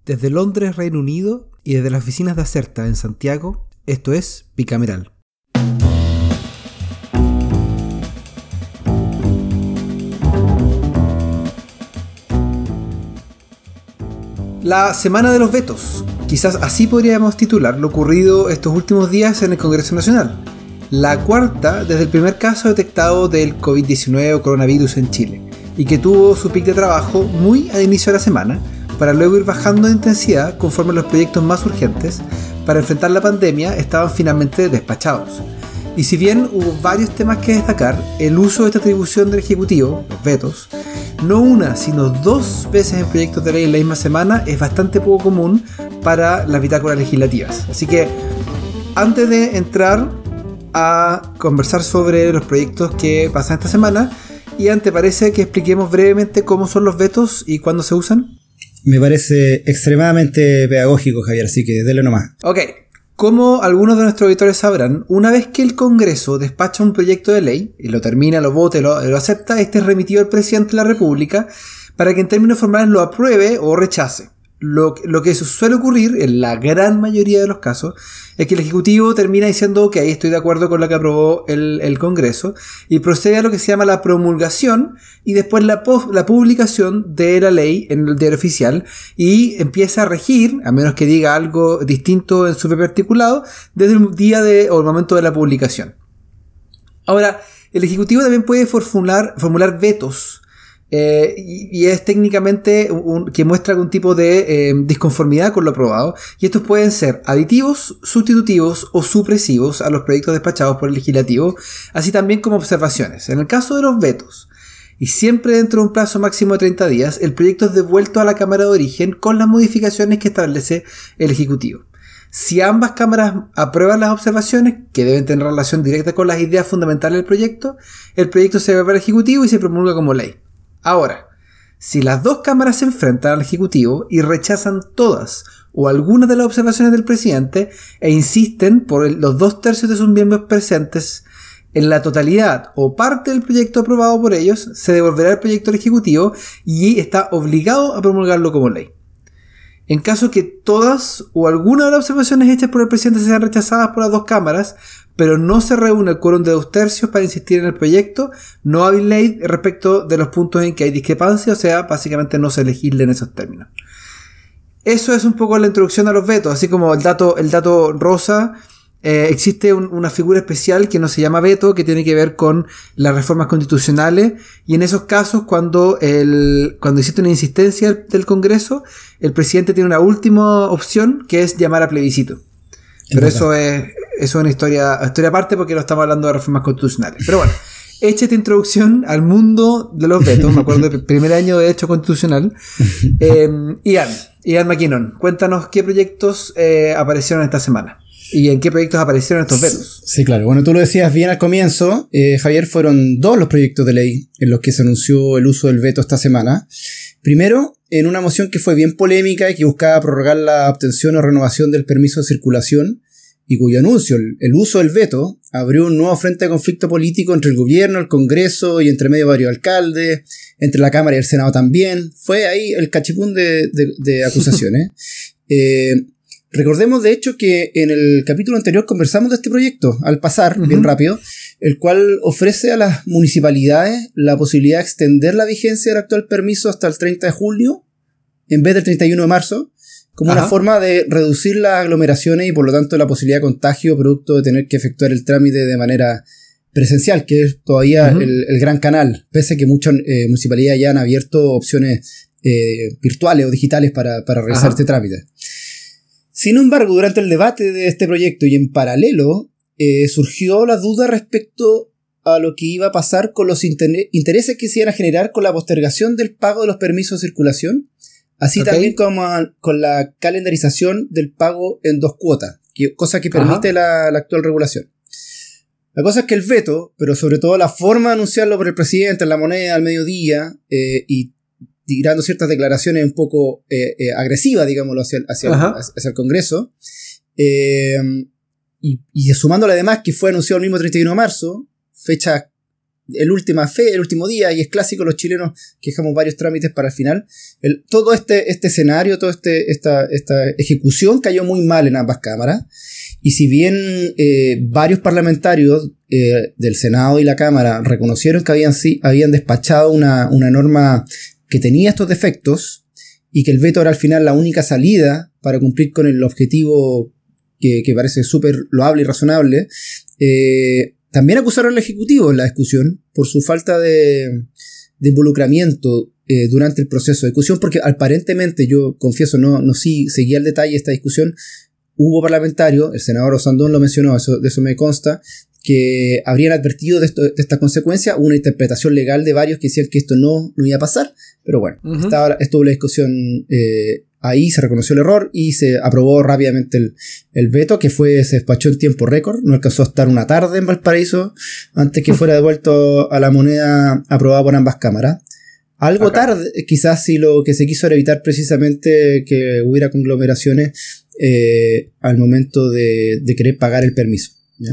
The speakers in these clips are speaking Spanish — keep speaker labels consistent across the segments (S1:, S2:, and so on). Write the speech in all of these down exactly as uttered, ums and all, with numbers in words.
S1: Desde Londres, Reino Unido, y desde las oficinas de Acerta en Santiago, esto es Bicameral. La Semana de los Vetos. Quizás así podríamos titular lo ocurrido estos últimos días en el Congreso Nacional. La cuarta desde el primer caso detectado del COVID diecinueve o coronavirus en Chile, y que tuvo su pic de trabajo muy al inicio de la semana, para luego ir bajando de intensidad conforme los proyectos más urgentes para enfrentar la pandemia estaban finalmente despachados. Y si bien hubo varios temas que destacar, el uso de esta atribución del Ejecutivo, los vetos, no una, sino dos veces en proyectos de ley en la misma semana es bastante poco común para las bitácoras legislativas. Así que, antes de entrar a conversar sobre los proyectos que pasan esta semana, Ian, ¿te parece que expliquemos brevemente cómo son los vetos y cuándo se usan?
S2: Me parece extremadamente pedagógico, Javier, así que dele nomás.
S1: Ok. Como algunos de nuestros auditores sabrán, una vez que el Congreso despacha un proyecto de ley, y lo termina, lo vota y lo, lo acepta, este es remitido al Presidente de la República para que en términos formales lo apruebe o rechace. Lo, lo que suele ocurrir, en la gran mayoría de los casos, es que el Ejecutivo termina diciendo ok, estoy de acuerdo con lo que aprobó el, el Congreso, y procede a lo que se llama la promulgación y después la, la publicación de la ley en el diario oficial, y empieza a regir, a menos que diga algo distinto en su propio articulado, desde el día de, o el momento de la publicación. Ahora, el Ejecutivo también puede formular, formular vetos, Eh, y, y es técnicamente un, que muestra algún tipo de eh, disconformidad con lo aprobado, y estos pueden ser aditivos, sustitutivos o supresivos a los proyectos despachados por el legislativo, así también como observaciones. En el caso de los vetos, y siempre dentro de un plazo máximo de treinta días, el proyecto es devuelto a la Cámara de Origen con las modificaciones que establece el Ejecutivo. Si ambas cámaras aprueban las observaciones, que deben tener relación directa con las ideas fundamentales del proyecto, el proyecto se devuelve al Ejecutivo y se promulga como ley. Ahora, si las dos cámaras se enfrentan al Ejecutivo y rechazan todas o algunas de las observaciones del presidente e insisten por el, los dos tercios de sus miembros presentes en la totalidad o parte del proyecto aprobado por ellos, se devolverá el proyecto al Ejecutivo y está obligado a promulgarlo como ley. En caso que todas o alguna de las observaciones hechas por el presidente sean rechazadas por las dos cámaras, pero no se reúne el quórum de dos tercios para insistir en el proyecto, no hay ley respecto de los puntos en que hay discrepancia, o sea, básicamente no se legisla en esos términos. Eso es un poco la introducción a los vetos, así como el dato, el dato rosa. Eh, existe un, una figura especial que no se llama veto, que tiene que ver con las reformas constitucionales, y en esos casos cuando, el, cuando existe una insistencia del Congreso, el presidente tiene una última opción, que es llamar a plebiscito. Pero eso es, eso es una historia, historia aparte, porque no estamos hablando de reformas constitucionales. Pero bueno, hecha esta introducción al mundo de los vetos, me acuerdo del primer año de Derecho Constitucional, eh, Ian, Ian McKinnon, cuéntanos qué proyectos eh, aparecieron esta semana. ¿Y en qué proyectos aparecieron estos vetos?
S2: Sí, claro. Bueno, tú lo decías bien al comienzo, eh, Javier, fueron dos los proyectos de ley en los que se anunció el uso del veto esta semana. Primero, en una moción que fue bien polémica y que buscaba prorrogar la obtención o renovación del permiso de circulación, y cuyo anuncio, el, el uso del veto, abrió un nuevo frente de conflicto político entre el gobierno, el Congreso y entre medio varios alcaldes, entre la Cámara y el Senado también. Fue ahí el cachipún de, de, de acusaciones. eh... Recordemos, de hecho, que en el capítulo anterior conversamos de este proyecto, al pasar, uh-huh. bien rápido, el cual ofrece a las municipalidades la posibilidad de extender la vigencia del actual permiso hasta el treinta de julio, en vez del treinta y uno de marzo, como Ajá. una forma de reducir las aglomeraciones y, por lo tanto, la posibilidad de contagio producto de tener que efectuar el trámite de manera presencial, que es todavía uh-huh. el, el gran canal, pese a que muchas eh, municipalidades ya han abierto opciones eh, virtuales o digitales para, para realizar Ajá. este trámite. Sin embargo, durante el debate de este proyecto y en paralelo, eh, surgió la duda respecto a lo que iba a pasar con los inter- intereses que se iban a generar con la postergación del pago de los permisos de circulación, así okay. también como a, con la calendarización del pago en dos cuotas, que, cosa que permite la, la actual regulación. La cosa es que el veto, pero sobre todo la forma de anunciarlo por el presidente en La Moneda al mediodía, eh, y tirando ciertas declaraciones un poco eh, eh, agresivas, digámoslo, hacia, hacia, el, hacia el Congreso, eh, y, y sumándole además que fue anunciado el mismo treinta y uno de marzo, fecha el última fe, el último día, y es clásico, los chilenos que dejamos varios trámites para el final. El, todo este, este escenario, toda este, esta, esta ejecución cayó muy mal en ambas cámaras. Y si bien eh, varios parlamentarios eh, del Senado y la Cámara reconocieron que habían, sí, habían despachado una, una norma que tenía estos defectos y que el veto era al final la única salida para cumplir con el objetivo que, que parece súper loable y razonable, eh, también acusaron al Ejecutivo en la discusión por su falta de, de involucramiento eh, durante el proceso de discusión, porque aparentemente, yo confieso, no, no sí, seguía al detalle esta discusión. Hubo parlamentarios, el senador Osandón lo mencionó, eso, de eso me consta, que habrían advertido de, esto, de esta consecuencia, una interpretación legal de varios que decían que esto no, no iba a pasar, pero bueno, uh-huh. estaba, estuvo la discusión eh, ahí, se reconoció el error y se aprobó rápidamente el, el veto, que fue se despachó en tiempo récord, no alcanzó a estar una tarde en Valparaíso antes que fuera devuelto a la moneda aprobada por ambas cámaras. Algo Acá. tarde, quizás si lo que se quiso era evitar precisamente que hubiera conglomeraciones eh, al momento de, de querer pagar el permiso, ¿ya?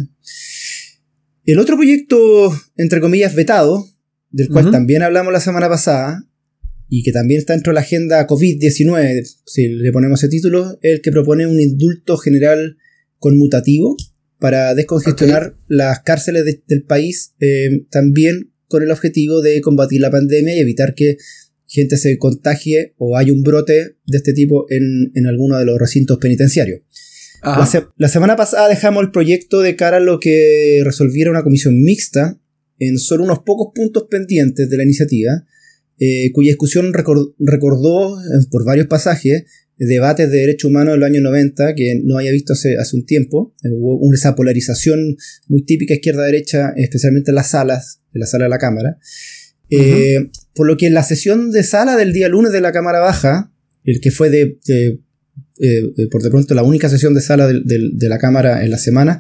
S2: El otro proyecto, entre comillas, vetado, del cual uh-huh. también hablamos la semana pasada, y que también está dentro de la agenda COVID diecinueve, si le ponemos ese título, es el que propone un indulto general conmutativo para descongestionar okay. las cárceles de, del país, eh, también con el objetivo de combatir la pandemia y evitar que gente se contagie o haya un brote de este tipo en, en alguno de los recintos penitenciarios. La, se- la semana pasada dejamos el proyecto de cara a lo que resolviera una comisión mixta en solo unos pocos puntos pendientes de la iniciativa, eh, cuya discusión record- recordó eh, por varios pasajes debates de derechos humanos de los años noventa que no había visto hace, hace un tiempo. Eh, hubo esa polarización muy típica izquierda-derecha, especialmente en las salas, en la sala de la Cámara. Eh, uh-huh. Por lo que en la sesión de sala del día lunes de la Cámara Baja, el que fue de... de Eh, por de pronto la única sesión de sala de, de, de la Cámara en la semana,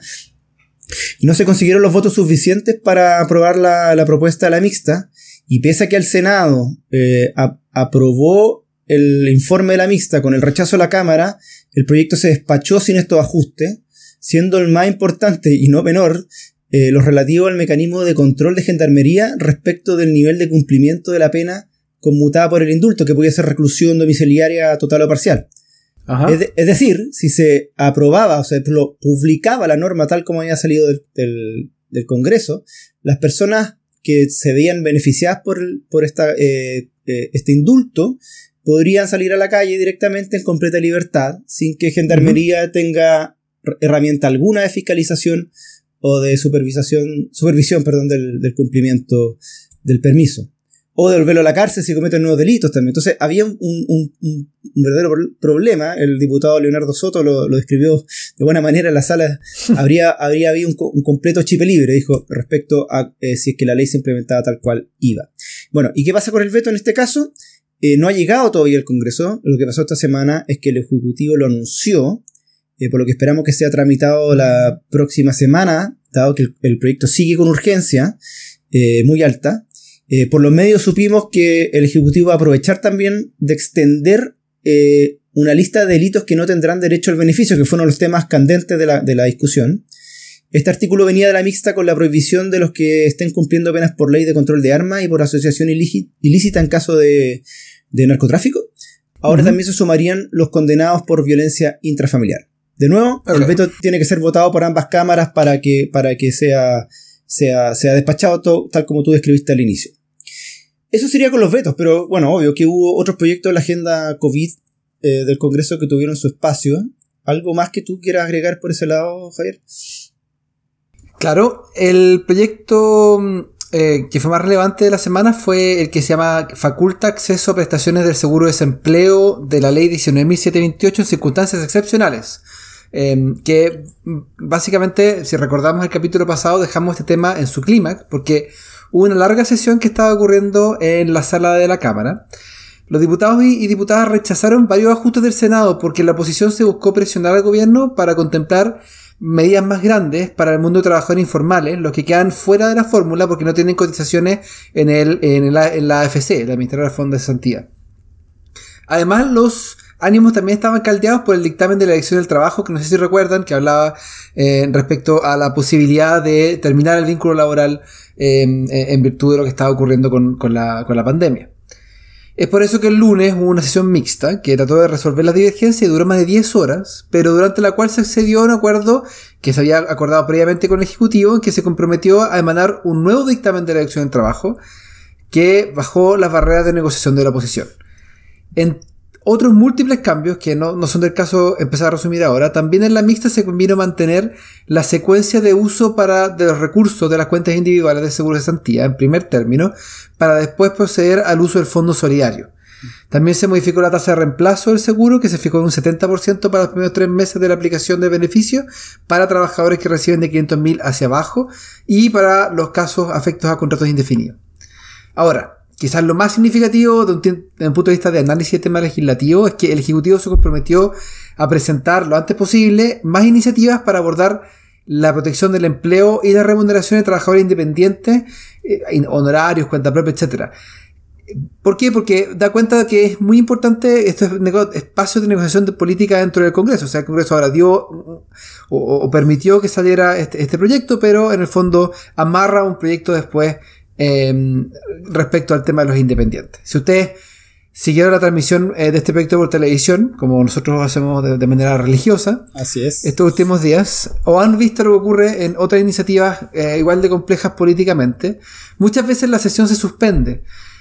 S2: no se consiguieron los votos suficientes para aprobar la, la propuesta de la mixta, y pese a que el Senado eh, a, aprobó el informe de la mixta con el rechazo de la Cámara, el proyecto se despachó sin estos ajustes, siendo el más importante y no menor eh, los relativos al mecanismo de control de gendarmería respecto del nivel de cumplimiento de la pena conmutada por el indulto, que podía ser reclusión domiciliaria total o parcial. Es, de, es decir, si se aprobaba o se publicaba la norma tal como había salido del, del, del Congreso, las personas que se veían beneficiadas por, por esta, eh, eh, este indulto podrían salir a la calle directamente en completa libertad, sin que Gendarmería uh-huh. tenga herramienta alguna de fiscalización o de supervisión, supervisión perdón, del, del cumplimiento del permiso. O devolverlo a la cárcel si cometen nuevos delitos también. Entonces había un, un, un, un verdadero problema. El diputado Leonardo Soto lo, lo describió de buena manera en la sala. habría, habría habido un, un completo chip libre, dijo, respecto a eh, si es que la ley se implementaba tal cual iba. Bueno, ¿y qué pasa con el veto en este caso? Eh, no ha llegado todavía al Congreso. Lo que pasó esta semana es que el Ejecutivo lo anunció, eh, por lo que esperamos que sea tramitado la próxima semana, dado que el, el proyecto sigue con urgencia eh, muy alta. Eh, por los medios supimos que el Ejecutivo va a aprovechar también de extender eh, una lista de delitos que no tendrán derecho al beneficio, que fue uno de los temas candentes de la, de la discusión. Este artículo venía de la mixta con la prohibición de los que estén cumpliendo penas por ley de control de armas y por asociación ilícita en caso de, de narcotráfico. Ahora uh-huh. también se sumarían los condenados por violencia intrafamiliar. De nuevo, okay. el veto tiene que ser votado por ambas cámaras para que, para que sea... Sea, sea despachado todo, tal como tú describiste al inicio. Eso sería con los vetos, pero bueno, obvio que hubo otros proyectos en la agenda COVID eh, del Congreso que tuvieron su espacio. ¿Algo más que tú quieras agregar por ese lado, Javier?
S1: Claro, el proyecto eh, que fue más relevante de la semana fue el que se llama Faculta Acceso a Prestaciones del Seguro de Desempleo de la Ley diecinueve mil setecientos veintiocho en circunstancias excepcionales. Eh, que básicamente, si recordamos el capítulo pasado, dejamos este tema en su clímax porque hubo una larga sesión que estaba ocurriendo en la sala de la Cámara. Los diputados y, y diputadas rechazaron varios ajustes del Senado porque la oposición se buscó presionar al gobierno para contemplar medidas más grandes para el mundo de trabajadores informales, los que quedan fuera de la fórmula porque no tienen cotizaciones en, el, en, el, en la A F C, la Administradora de Fondos de Cesantía. Además, los ánimos también estaban caldeados por el dictamen de la Dirección del Trabajo, que no sé si recuerdan, que hablaba eh, respecto a la posibilidad de terminar el vínculo laboral eh, en virtud de lo que estaba ocurriendo con, con, la, con la pandemia. Es por eso que el lunes hubo una sesión mixta que trató de resolver las divergencias y duró más de diez horas, pero durante la cual se accedió a un acuerdo que se había acordado previamente con el Ejecutivo, en que se comprometió a emanar un nuevo dictamen de la Dirección del Trabajo que bajó las barreras de negociación de la oposición. En otros múltiples cambios, que no, no son del caso empezar a resumir ahora, también en la mixta se convino mantener la secuencia de uso para, de los recursos de las cuentas individuales de seguro de cesantía, en primer término, para después proceder al uso del fondo solidario. También se modificó la tasa de reemplazo del seguro, que se fijó en un setenta por ciento para los primeros tres meses de la aplicación de beneficios para trabajadores que reciben de quinientos mil hacia abajo y para los casos afectos a contratos indefinidos. Ahora, quizás lo más significativo desde un, de un punto de vista de análisis de tema legislativo es que el Ejecutivo se comprometió a presentar lo antes posible más iniciativas para abordar la protección del empleo y la remuneración de trabajadores independientes, eh, honorarios, cuenta propia, etcétera. ¿Por qué? Porque da cuenta de que es muy importante estos espacios de negociación de política dentro del Congreso. O sea, el Congreso ahora dio o, o permitió que saliera este, este proyecto, pero en el fondo amarra un proyecto después Eh, respecto al tema de los independientes. Si ustedes siguieron la transmisión eh, de este proyecto por televisión, como nosotros hacemos de, de manera religiosa,
S2: así es,
S1: estos últimos días, o han visto lo que ocurre en otras iniciativas eh, igual de complejas políticamente, muchas veces la sesión se suspende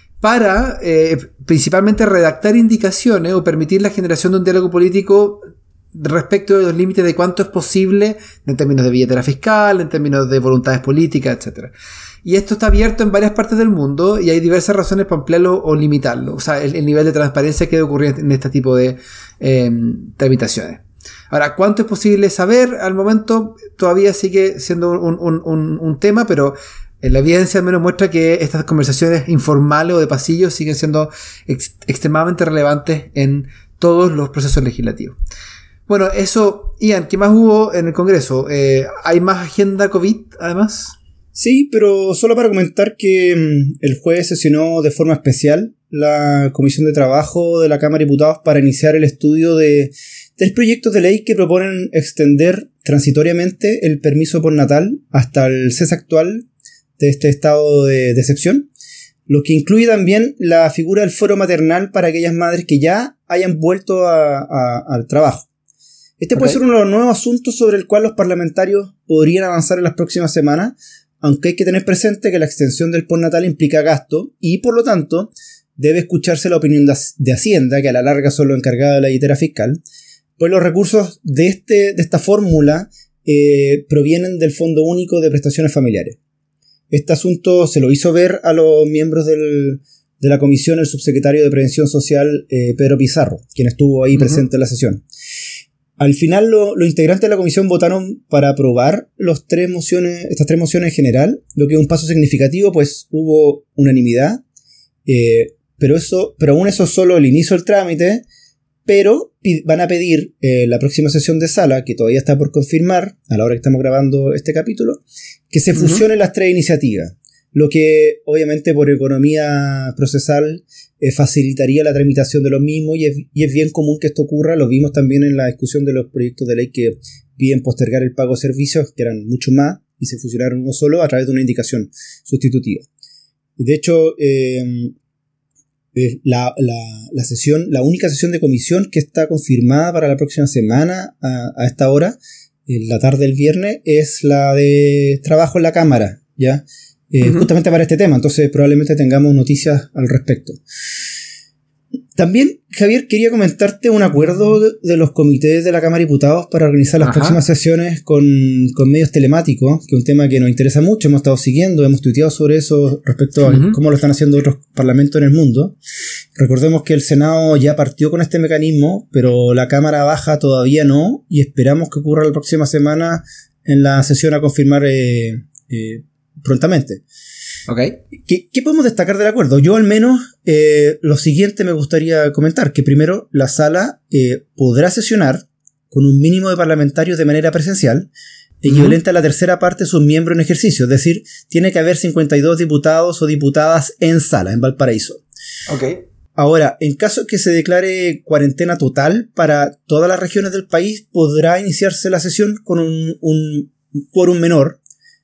S1: para eh, principalmente redactar indicaciones o permitir la generación de un diálogo político respecto de los límites de cuánto es posible en términos de billetera fiscal, en términos de voluntades políticas, etcétera. Y esto está abierto en varias partes del mundo y hay diversas razones para ampliarlo o limitarlo. O sea, el, el nivel de transparencia que debe ocurrir en este tipo de eh, tramitaciones. Ahora, ¿cuánto es posible saber? Al momento todavía sigue siendo un, un, un, un tema, pero la evidencia al menos muestra que estas conversaciones informales o de pasillo siguen siendo ex, extremadamente relevantes en todos los procesos legislativos. Bueno, eso, Ian, ¿qué más hubo en el Congreso? Eh, ¿Hay más agenda COVID, además?
S2: Sí, pero solo para comentar que mmm, el jueves sesionó de forma especial la Comisión de Trabajo de la Cámara de Diputados para iniciar el estudio de tres proyectos de ley que proponen extender transitoriamente el permiso postnatal hasta el cese actual de este estado de, de excepción, lo que incluye también la figura del fuero maternal para aquellas madres que ya hayan vuelto a, a, al trabajo. Este okay. puede ser uno de los nuevos asuntos sobre el cual los parlamentarios podrían avanzar en las próximas semanas, aunque hay que tener presente que la extensión del postnatal implica gasto y, por lo tanto, debe escucharse la opinión de Hacienda, que a la larga son los encargados de la billetera fiscal, pues los recursos de, este, de esta fórmula eh, provienen del Fondo Único de Prestaciones Familiares. Este asunto se lo hizo ver a los miembros del, de la comisión el subsecretario de Prevención Social, eh, Pedro Pizarro, quien estuvo ahí uh-huh. presente en la sesión. Al final, lo, los integrantes de la comisión votaron para aprobar los tres mociones, estas tres mociones en general, lo que es un paso significativo, pues hubo unanimidad, eh, pero eso, pero aún eso es solo el inicio del trámite, pero pi- van a pedir eh, la próxima sesión de sala, que todavía está por confirmar, a la hora que estamos grabando este capítulo, que se fusionen uh-huh. las tres iniciativas, lo que obviamente por economía procesal eh, facilitaría la tramitación de los mismos y es, y es bien común que esto ocurra. Lo vimos también en la discusión de los proyectos de ley que piden postergar el pago de servicios, que eran mucho más, y se fusionaron uno solo a través de una indicación sustitutiva. De hecho, eh, eh, la, la, la sesión, la única sesión de comisión que está confirmada para la próxima semana a, a esta hora, en la tarde del viernes, es la de trabajo en la Cámara, ¿ya? Eh, uh-huh. Justamente para este tema, entonces probablemente tengamos noticias al respecto. También, Javier, quería comentarte un acuerdo de, de los comités de la Cámara de Diputados para organizar las Ajá. próximas sesiones con, con medios telemáticos, que es un tema que nos interesa mucho, hemos estado siguiendo, hemos tuiteado sobre eso respecto uh-huh. a cómo lo están haciendo otros parlamentos en el mundo. Recordemos que el Senado ya partió con este mecanismo, pero la Cámara Baja todavía no, y esperamos que ocurra la próxima semana en la sesión a confirmar eh, eh, prontamente.
S1: Okay.
S2: ¿Qué, ¿Qué podemos destacar del acuerdo? Yo al menos eh, lo siguiente me gustaría comentar, que primero la sala eh, podrá sesionar con un mínimo de parlamentarios de manera presencial, equivalente uh-huh. a la tercera parte de sus miembros en ejercicio, es decir, tiene que haber cincuenta y dos diputados o diputadas en sala, en Valparaíso.
S1: Okay.
S2: Ahora, en caso que se declare cuarentena total para todas las regiones del país, podrá iniciarse la sesión con un, un quórum menor,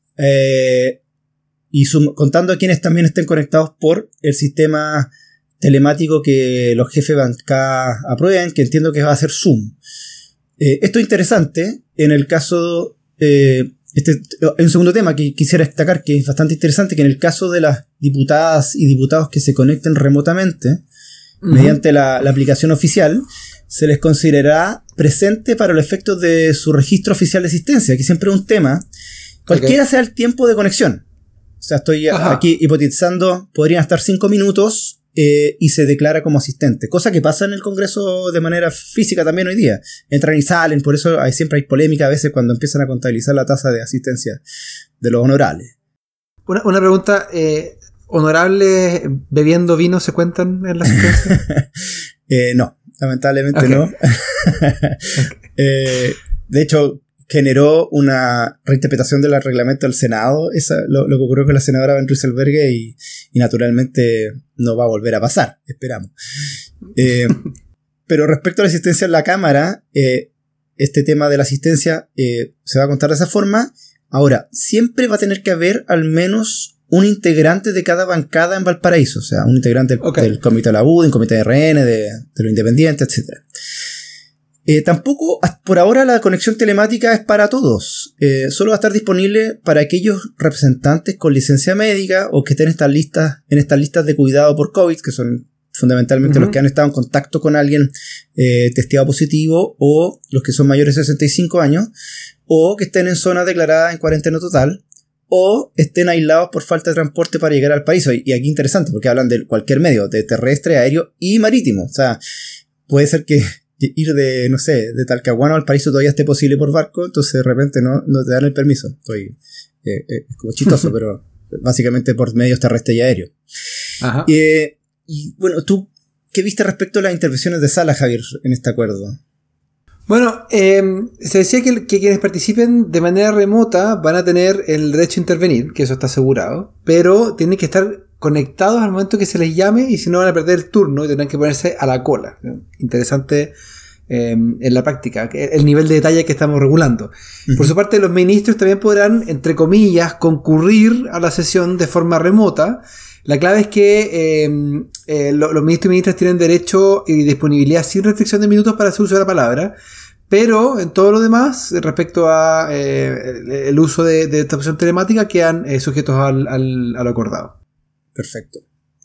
S2: eh, y sum- contando a quienes también estén conectados por el sistema telemático que los jefes de bancada aprueben, que entiendo que va a ser Zoom. Eh, esto es interesante en el caso... Eh, este, hay un segundo tema que quisiera destacar que es bastante interesante, que en el caso de las diputadas y diputados que se conecten remotamente, uh-huh, mediante la, la aplicación oficial, se les considerará presente para los efectos de su registro oficial de asistencia, que siempre es un tema, cualquiera okay. sea el tiempo de conexión. O sea, estoy Ajá. aquí hipotetizando, podrían estar cinco minutos eh, y se declara como asistente. Cosa que pasa en el Congreso de manera física también hoy día. Entran y salen, por eso hay, siempre hay polémica a veces cuando empiezan a contabilizar la tasa de asistencia de los honorables.
S1: Una, una pregunta, eh, ¿honorables bebiendo vino se cuentan en la asistencia?
S2: eh, no, lamentablemente okay. no. okay. eh, de hecho... generó una reinterpretación del reglamento del Senado, esa, lo, lo que ocurrió con la senadora Van Rieselberghe y, y naturalmente no va a volver a pasar, esperamos. Eh, pero respecto a la asistencia en la Cámara, eh, este tema de la asistencia eh, se va a contar de esa forma. Ahora, siempre va a tener que haber al menos un integrante de cada bancada en Valparaíso, o sea, un integrante del, okay. del Comité de la U, del Comité de R N, de, de los Independientes, etcétera. Eh, tampoco, por ahora, la conexión telemática es para todos. Eh, solo va a estar disponible para aquellos representantes con licencia médica o que estén en estas listas, en estas listas de cuidado por COVID, que son fundamentalmente uh-huh. los que han estado en contacto con alguien eh, testeado positivo, o los que son mayores de sesenta y cinco años, o que estén en zonas declaradas en cuarentena total, o estén aislados por falta de transporte para llegar al país. Y aquí interesante, porque hablan de cualquier medio, de terrestre, aéreo y marítimo. O sea, puede ser que ir de, no sé, de Talcahuano al Paraíso todavía esté posible por barco, entonces de repente no, no te dan el permiso. Estoy eh, eh, como chistoso, pero básicamente por medios terrestres y aéreos. Ajá. Eh, y bueno, ¿tú qué viste respecto a las intervenciones de sala, Javier, en este acuerdo?
S1: Bueno, eh, se decía que, que quienes participen de manera remota van a tener el derecho a intervenir, que eso está asegurado, pero tienen que estar conectados al momento que se les llame y si no van a perder el turno y tendrán que ponerse a la cola. Interesante eh, en la práctica, el nivel de detalle que estamos regulando. Uh-huh. Por su parte, los ministros también podrán, entre comillas, concurrir a la sesión de forma remota. La clave es que eh, eh, lo, los ministros y ministras tienen derecho y disponibilidad sin restricción de minutos para hacer uso de la palabra, pero en todo lo demás, respecto a eh, el uso de, de esta opción telemática, quedan eh, sujetos al, al, a lo acordado.
S2: Perfecto.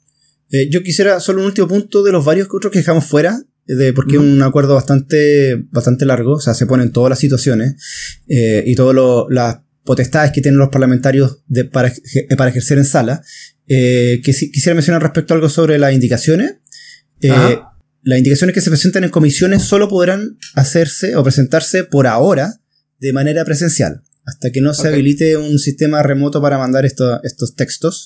S2: Eh, yo quisiera solo un último punto de los varios otros que dejamos fuera, de, porque uh-huh. es un acuerdo bastante, bastante largo, o sea, se ponen todas las situaciones eh, y todas las potestades que tienen los parlamentarios de, para, para ejercer en sala. Eh, que si, quisiera mencionar respecto a algo sobre las indicaciones. Eh, uh-huh. Las indicaciones que se presentan en comisiones solo podrán hacerse o presentarse por ahora de manera presencial, hasta que no se okay. habilite un sistema remoto para mandar esto, estos textos.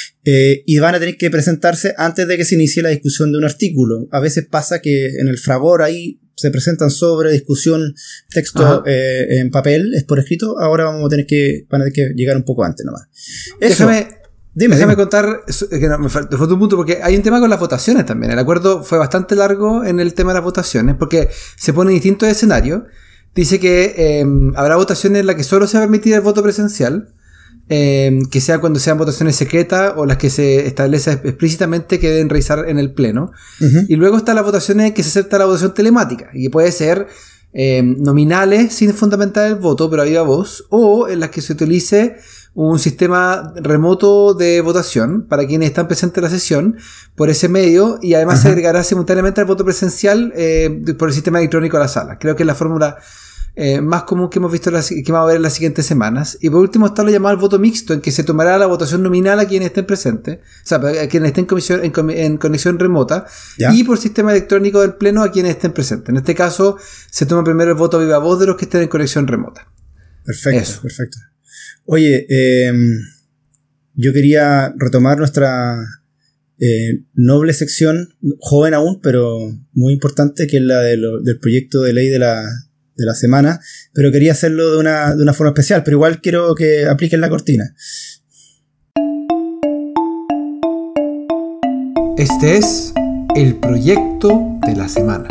S2: Eh, y van a tener que presentarse antes de que se inicie la discusión de un artículo. A veces pasa que en el fragor ahí se presentan sobre discusión texto eh, en papel, es por escrito. Ahora vamos a tener que, van a tener que llegar un poco antes nomás. Eso.
S1: Déjame, dime, déjame dime. contar, que no, me faltó un punto, porque hay un tema con las votaciones también. El acuerdo fue bastante largo en el tema de las votaciones, porque se ponen distintos escenarios. Dice que eh, habrá votaciones en las que solo se va a permitir el voto presencial, eh, que sea cuando sean votaciones secretas o las que se establece explícitamente que deben realizar en el pleno. Uh-huh. Y luego están las votaciones en que se acepta la votación telemática, y que puede ser eh, nominales sin fundamentar el voto, pero a viva voz, o en las que se utilice un sistema remoto de votación para quienes están presentes en la sesión por ese medio, y además uh-huh. se agregará simultáneamente al voto presencial eh, por el sistema electrónico a la sala. Creo que es la fórmula eh, más común que hemos visto, las, que vamos a ver en las siguientes semanas. Y por último está lo llamado el voto mixto, en que se tomará la votación nominal a quienes estén presentes, o sea, a quienes estén en, comisión, en, en conexión remota, ¿ya? Y por sistema electrónico del pleno a quienes estén presentes. En este caso se toma primero el voto viva voz de los que estén en conexión remota.
S2: Perfecto, Eso. perfecto. Oye, eh, yo quería retomar nuestra eh, noble sección, joven aún, pero muy importante, que es la de lo, del proyecto de ley de la, de la semana, pero quería hacerlo de una, de una forma especial, pero igual quiero que apliquen la cortina.
S1: Este es el proyecto de la semana.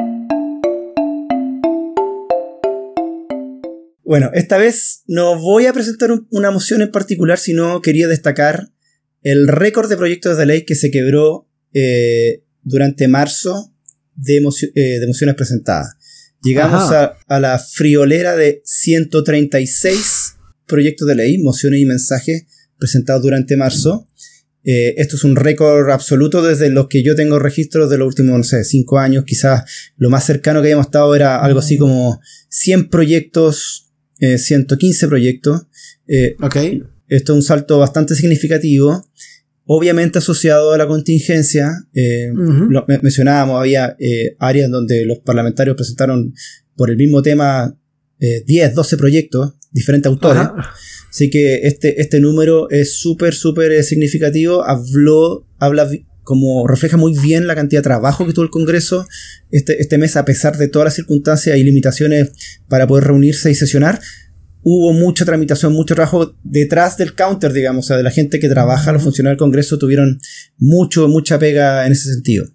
S2: Bueno, esta vez no voy a presentar un, una moción en particular, sino quería destacar el récord de proyectos de ley que se quebró eh, durante marzo de, emocio- eh, de mociones presentadas. Llegamos a, a la friolera de ciento treinta y seis proyectos de ley, mociones y mensajes presentados durante marzo. Eh, esto es un récord absoluto desde los que yo tengo registros de los últimos, no sé, cinco años. Quizás lo más cercano que habíamos estado era algo así como cien proyectos, eh, ciento quince proyectos. Eh,
S1: Okay.
S2: Esto es un salto bastante significativo, obviamente asociado a la contingencia. Eh,
S1: Uh-huh.
S2: lo me- mencionábamos, había eh, áreas donde los parlamentarios presentaron por el mismo tema eh, diez, doce proyectos, diferentes autores.
S1: Ajá.
S2: Así que este, este número es súper, súper eh, significativo. Habló, habla vi- como refleja muy bien la cantidad de trabajo que tuvo el Congreso este, este mes, a pesar de todas las circunstancias y limitaciones para poder reunirse y sesionar. Hubo mucha tramitación, mucho trabajo detrás del counter, digamos, o sea, de la gente que trabaja. Los funcionarios del Congreso tuvieron mucho, mucha pega en ese sentido.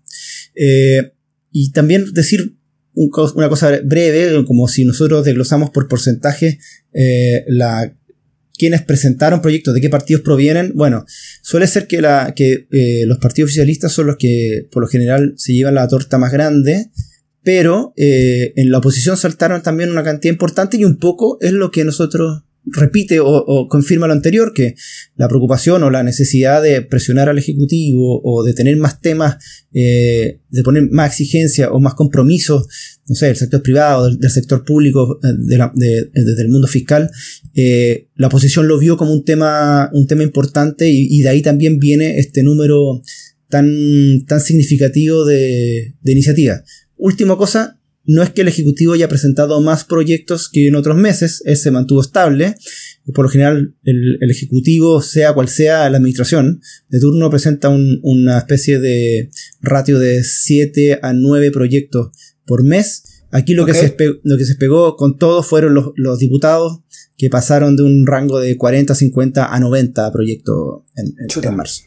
S2: Eh, y también decir un co- una cosa breve, como si nosotros desglosamos por porcentaje eh, la quienes presentaron proyectos, de qué partidos provienen. Bueno, suele ser que, la, que eh, los partidos oficialistas son los que por lo general se llevan la torta más grande, pero eh, en la oposición saltaron también una cantidad importante, y un poco es lo que nosotros repite o, o confirma lo anterior, que la preocupación o la necesidad de presionar al Ejecutivo o de tener más temas, eh, de poner más exigencia o más compromisos, no sé, del sector privado, del, del sector público, de la, de, desde el mundo fiscal, eh, la oposición lo vio como un tema, un tema importante, y, y de ahí también viene este número tan, tan significativo de, de iniciativas. Última cosa, no es que el Ejecutivo haya presentado más proyectos que en otros meses, él se mantuvo estable. Por lo general, el, el Ejecutivo, sea cual sea la administración de turno, presenta un, una especie de ratio de siete a nueve proyectos por mes. Aquí lo, okay. que, se espe- lo que se pegó con todo fueron los, los diputados, que pasaron de un rango de cuarenta, cincuenta a noventa proyectos en, en, en marzo.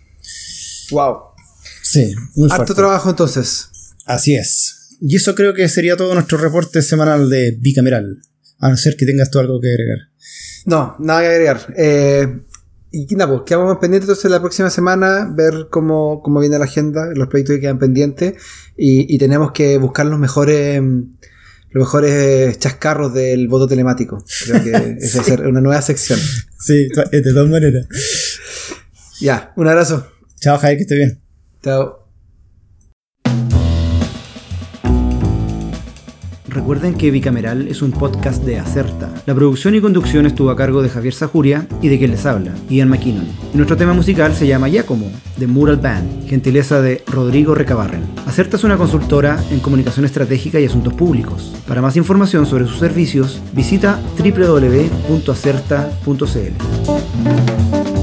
S1: Wow.
S2: Sí, muy fuerte.
S1: Harto trabajo entonces.
S2: Así es. Y eso creo que sería todo nuestro reporte semanal de Bicameral. A no ser que tengas tú algo que agregar.
S1: No, nada que agregar. Eh, y nada, pues quedamos pendientes entonces la próxima semana, ver cómo, cómo viene la agenda, los proyectos que quedan pendientes. Y, y tenemos que buscar los mejores, los mejores chascarros del voto telemático. Creo que sí. Esa va a ser una nueva sección.
S2: Sí, de todas maneras.
S1: Ya, un abrazo.
S2: Chao, Javier, que esté bien.
S1: Chao.
S2: Recuerden que Bicameral es un podcast de Acerta. La producción y conducción estuvo a cargo de Javier Sajuria y de quien les habla, Ian McKinnon. Y nuestro tema musical se llama Giacomo, de Mural Band, gentileza de Rodrigo Recabarren. Acerta es una consultora en comunicación estratégica y asuntos públicos. Para más información sobre sus servicios, visita doble u doble u doble u punto acerta punto c l.